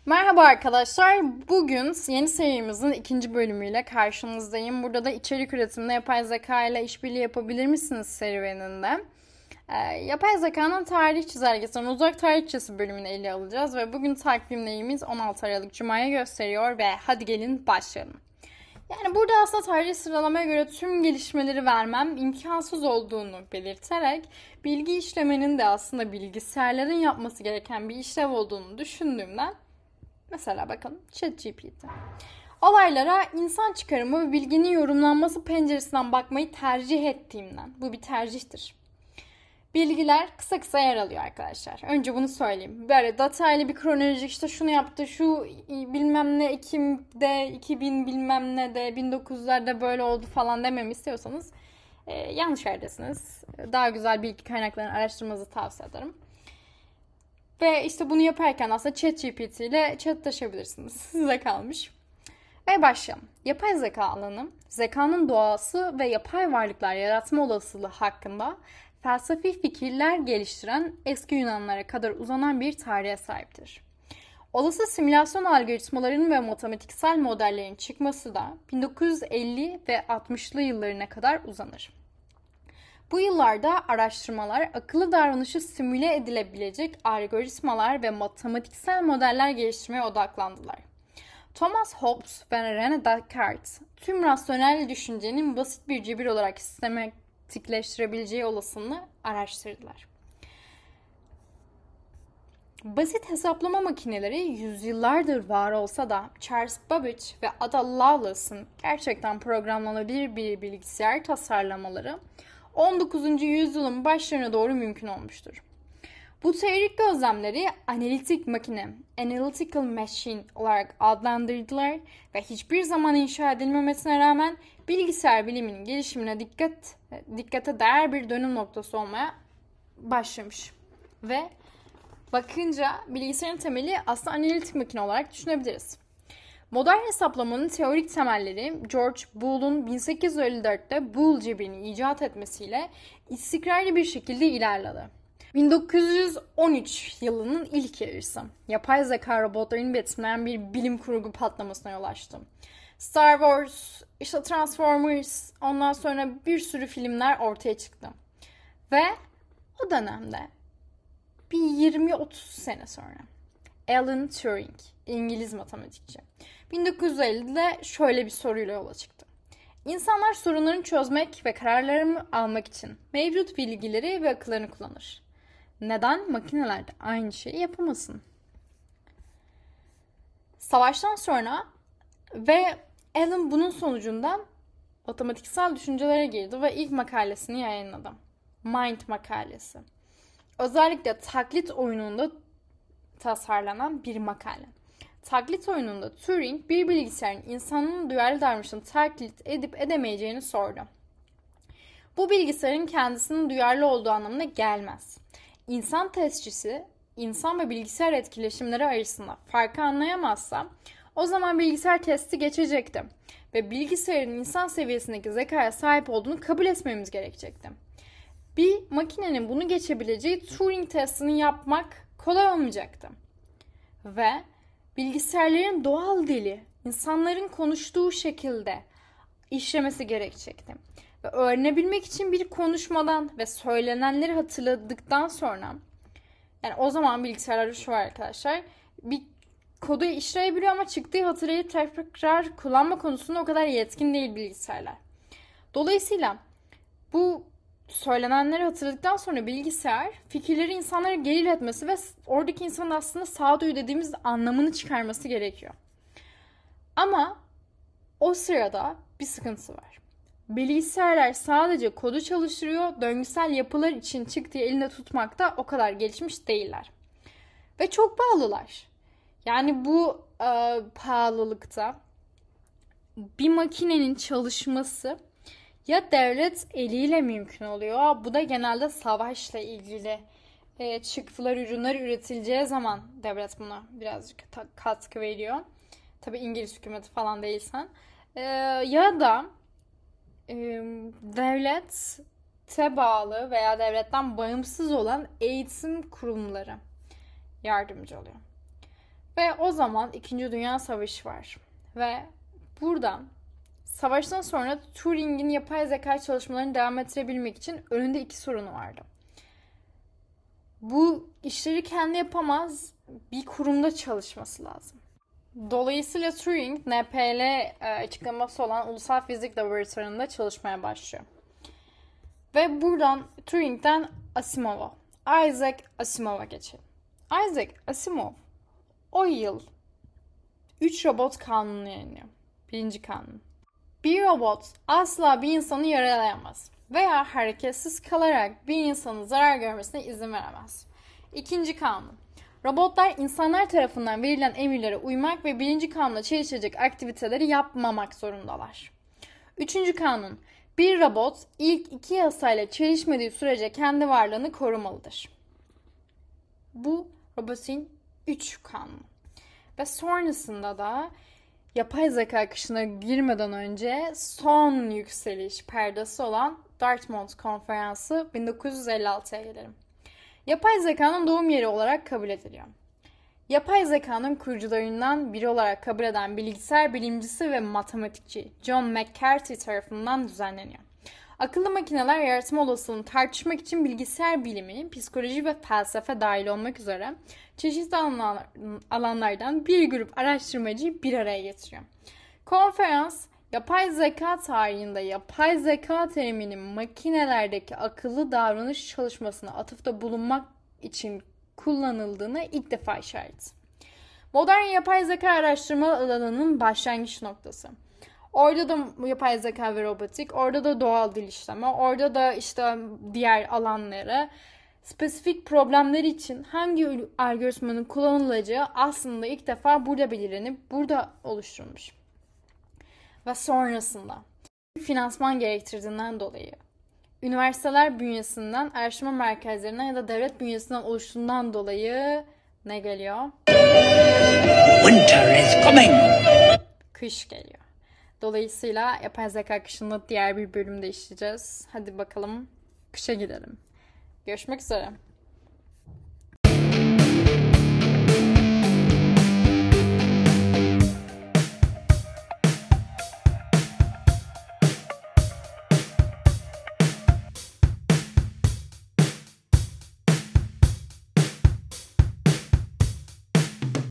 Merhaba arkadaşlar. Bugün yeni serimizin ikinci bölümüyle karşınızdayım. Burada da içerik üretiminde yapay zeka ile işbirliği yapabilir misiniz serüveninde. Yapay zekanın tarih çizelgesinden uzak tarihçesi bölümünü ele alacağız ve bugün takvimlerimiz 16 Aralık Cuma'ya gösteriyor ve hadi gelin başlayalım. Yani burada aslında tarih sıralamaya göre tüm gelişmeleri vermem imkansız olduğunu belirterek bilgi işlemenin de aslında bilgisayarların yapması gereken bir işlev olduğunu düşündüğümden mesela bakın ChatGPT. Olaylara insan çıkarımı ve bilginin yorumlanması penceresinden bakmayı tercih ettiğimden. Bu bir tercihtir. Bilgiler kısa kısa yer alıyor arkadaşlar. Önce bunu söyleyeyim. Böyle detaylı bir kronolojik işte şunu yaptı, şu bilmem ne Ekim'de, 2000 bilmem ne de 1900'lerde böyle oldu falan dememi istiyorsanız yanlış yerdesiniz. Daha güzel bilgi kaynaklarını araştırmanızı tavsiye ederim. Ve işte bunu yaparken aslında ChatGPT ile chatleşebilirsiniz. Size kalmış. Ve başlayalım. Yapay zeka alanı, zekanın doğası ve yapay varlıklar yaratma olasılığı hakkında felsefi fikirler geliştiren eski Yunanlara kadar uzanan bir tarihe sahiptir. Olası simülasyon algoritmalarının ve matematiksel modellerin çıkması da 1950 ve 60'lı yıllarına kadar uzanır. Bu yıllarda araştırmalar akıllı davranışı simüle edilebilecek algoritmalar ve matematiksel modeller geliştirmeye odaklandılar. Thomas Hobbes ve René Descartes tüm rasyonel düşüncenin basit bir cebir olarak sistematikleştirebileceği olasılığını araştırdılar. Basit hesaplama makineleri yüzyıllardır var olsa da Charles Babbage ve Ada Lovelace'ın gerçekten programlanabilir bir bilgisayar tasarlamaları 19. yüzyılın başlarına doğru mümkün olmuştur. Bu teorik gözlemleri analitik makine, analytical machine olarak adlandırdılar ve hiçbir zaman inşa edilmemesine rağmen bilgisayar biliminin gelişimine dikkate değer bir dönüm noktası olmaya başlamış. Ve bakınca bilgisayarın temeli aslında analitik makine olarak düşünebiliriz. Modern hesaplamanın teorik temelleri George Boole'un 1854'te Boole cebirini icat etmesiyle istikrarlı bir şekilde ilerledi. 1913 yılının ilk yarısı yapay zeka robotlarını betimleyen bir bilim kurgu patlamasına yol açtı. Star Wars, işte Transformers, ondan sonra bir sürü filmler ortaya çıktı. Ve o dönemde bir 20-30 sene sonra Alan Turing, İngiliz matematikçi, 1950'de şöyle bir soruyla yola çıktı. İnsanlar sorunlarını çözmek ve kararlarını almak için mevcut bilgileri ve akıllarını kullanır. Neden makineler de aynı şeyi yapamasın? Savaştan sonra ve Alan bunun sonucunda matematiksel düşüncelere girdi ve ilk makalesini yayınladı. Mind makalesi. Özellikle taklit oyununda tasarlanan bir makale. Taklit oyununda Turing bir bilgisayarın insanın duyarlı davranışını taklit edip edemeyeceğini sordu. Bu bilgisayarın kendisinin duyarlı olduğu anlamına gelmez. İnsan testçisi, insan ve bilgisayar etkileşimleri arasında farkı anlayamazsa o zaman bilgisayar testi geçecekti ve bilgisayarın insan seviyesindeki zekaya sahip olduğunu kabul etmemiz gerekecekti. Bir makinenin bunu geçebileceği Turing testini yapmak kolay olmayacaktı. Ve bilgisayarların doğal dili, insanların konuştuğu şekilde işlemesi gerekecekti. Ve öğrenebilmek için bir konuşmadan ve söylenenleri hatırladıktan sonra, yani o zaman bilgisayarlarda şu var arkadaşlar, bir kodu işleyebiliyor ama çıktığı hatırlayıp tekrar kullanma konusunda o kadar yetkin değil bilgisayarlar. Dolayısıyla bu söylenenleri hatırladıktan sonra bilgisayar fikirleri insanlara geri iletmesi ve oradaki insanın aslında sağduyu dediğimiz anlamını çıkarması gerekiyor. Ama o sırada bir sıkıntı var. Bilgisayarlar sadece kodu çalıştırıyor, döngüsel yapılar için çıktığı elinde tutmakta o kadar gelişmiş değiller. Ve çok pahalılar. Yani bu pahalılıkta bir makinenin çalışması ya devlet eliyle mümkün oluyor. Bu da genelde savaşla ilgili çıktılar, ürünler üretileceği zaman devlet buna birazcık katkı veriyor. Tabii İngiliz hükümeti falan değilsen. Ya da devlete bağlı veya devletten bağımsız olan eğitim kurumları yardımcı oluyor. Ve o zaman 2. Dünya Savaşı var. Ve buradan savaştan sonra Turing'in yapay zeka çalışmalarını devam ettirebilmek için önünde 2 sorunu vardı. Bu işleri kendi yapamaz, bir kurumda çalışması lazım. Dolayısıyla Turing, NPL açıklaması olan Ulusal Fizik Laboratuvarı'nda çalışmaya başlıyor. Ve buradan Turing'den Asimov'a, Isaac Asimov'a geçelim. Isaac Asimov o yıl 3 robot kanunu yayınlıyor. 1. kanun. Bir robot asla bir insanı yaralayamaz veya hareketsiz kalarak bir insanın zarar görmesine izin veremez. 2. kanun. Robotlar insanlar tarafından verilen emirlere uymak ve 1. kanunla çelişecek aktiviteleri yapmamak zorundalar. 3. kanun. Bir robot ilk 2 yasayla çelişmediği sürece kendi varlığını korumalıdır. Bu robotun 3 kanunu. Ve sonrasında da yapay zeka akışına girmeden önce son yükseliş perdesi olan Dartmouth Konferansı 1956'ya gelelim. Yapay zekanın doğum yeri olarak kabul ediliyor. Yapay zekanın kurucularından biri olarak kabul eden bilgisayar bilimcisi ve matematikçi John McCarthy tarafından düzenleniyor. Akıllı makineler yaratma olasılığını tartışmak için bilgisayar bilimi, psikoloji ve felsefe dahil olmak üzere çeşitli alanlardan bir grup araştırmacıyı bir araya getiriyor. Konferans, yapay zeka tarihinde yapay zeka teriminin makinelerdeki akıllı davranış çalışmasına atıfta bulunmak için kullanıldığını ilk defa işaret. Modern yapay zeka araştırma alanının başlangıç noktası. Orada da yapay zeka ve robotik, orada da doğal dil işleme, orada da işte diğer alanlara spesifik problemler için hangi algoritmanın kullanılacağı aslında ilk defa burada belirlenip burada oluşturulmuş. Ve sonrasında finansman gerektirdiğinden dolayı üniversiteler bünyesinden, araştırma merkezlerinden ya da devlet bünyesinden oluştuğundan dolayı ne geliyor? Winter is coming. Kış geliyor. Dolayısıyla yapay zeka kışında diğer bir bölümde işleyeceğiz. Hadi bakalım kışa gidelim. Görüşmek üzere.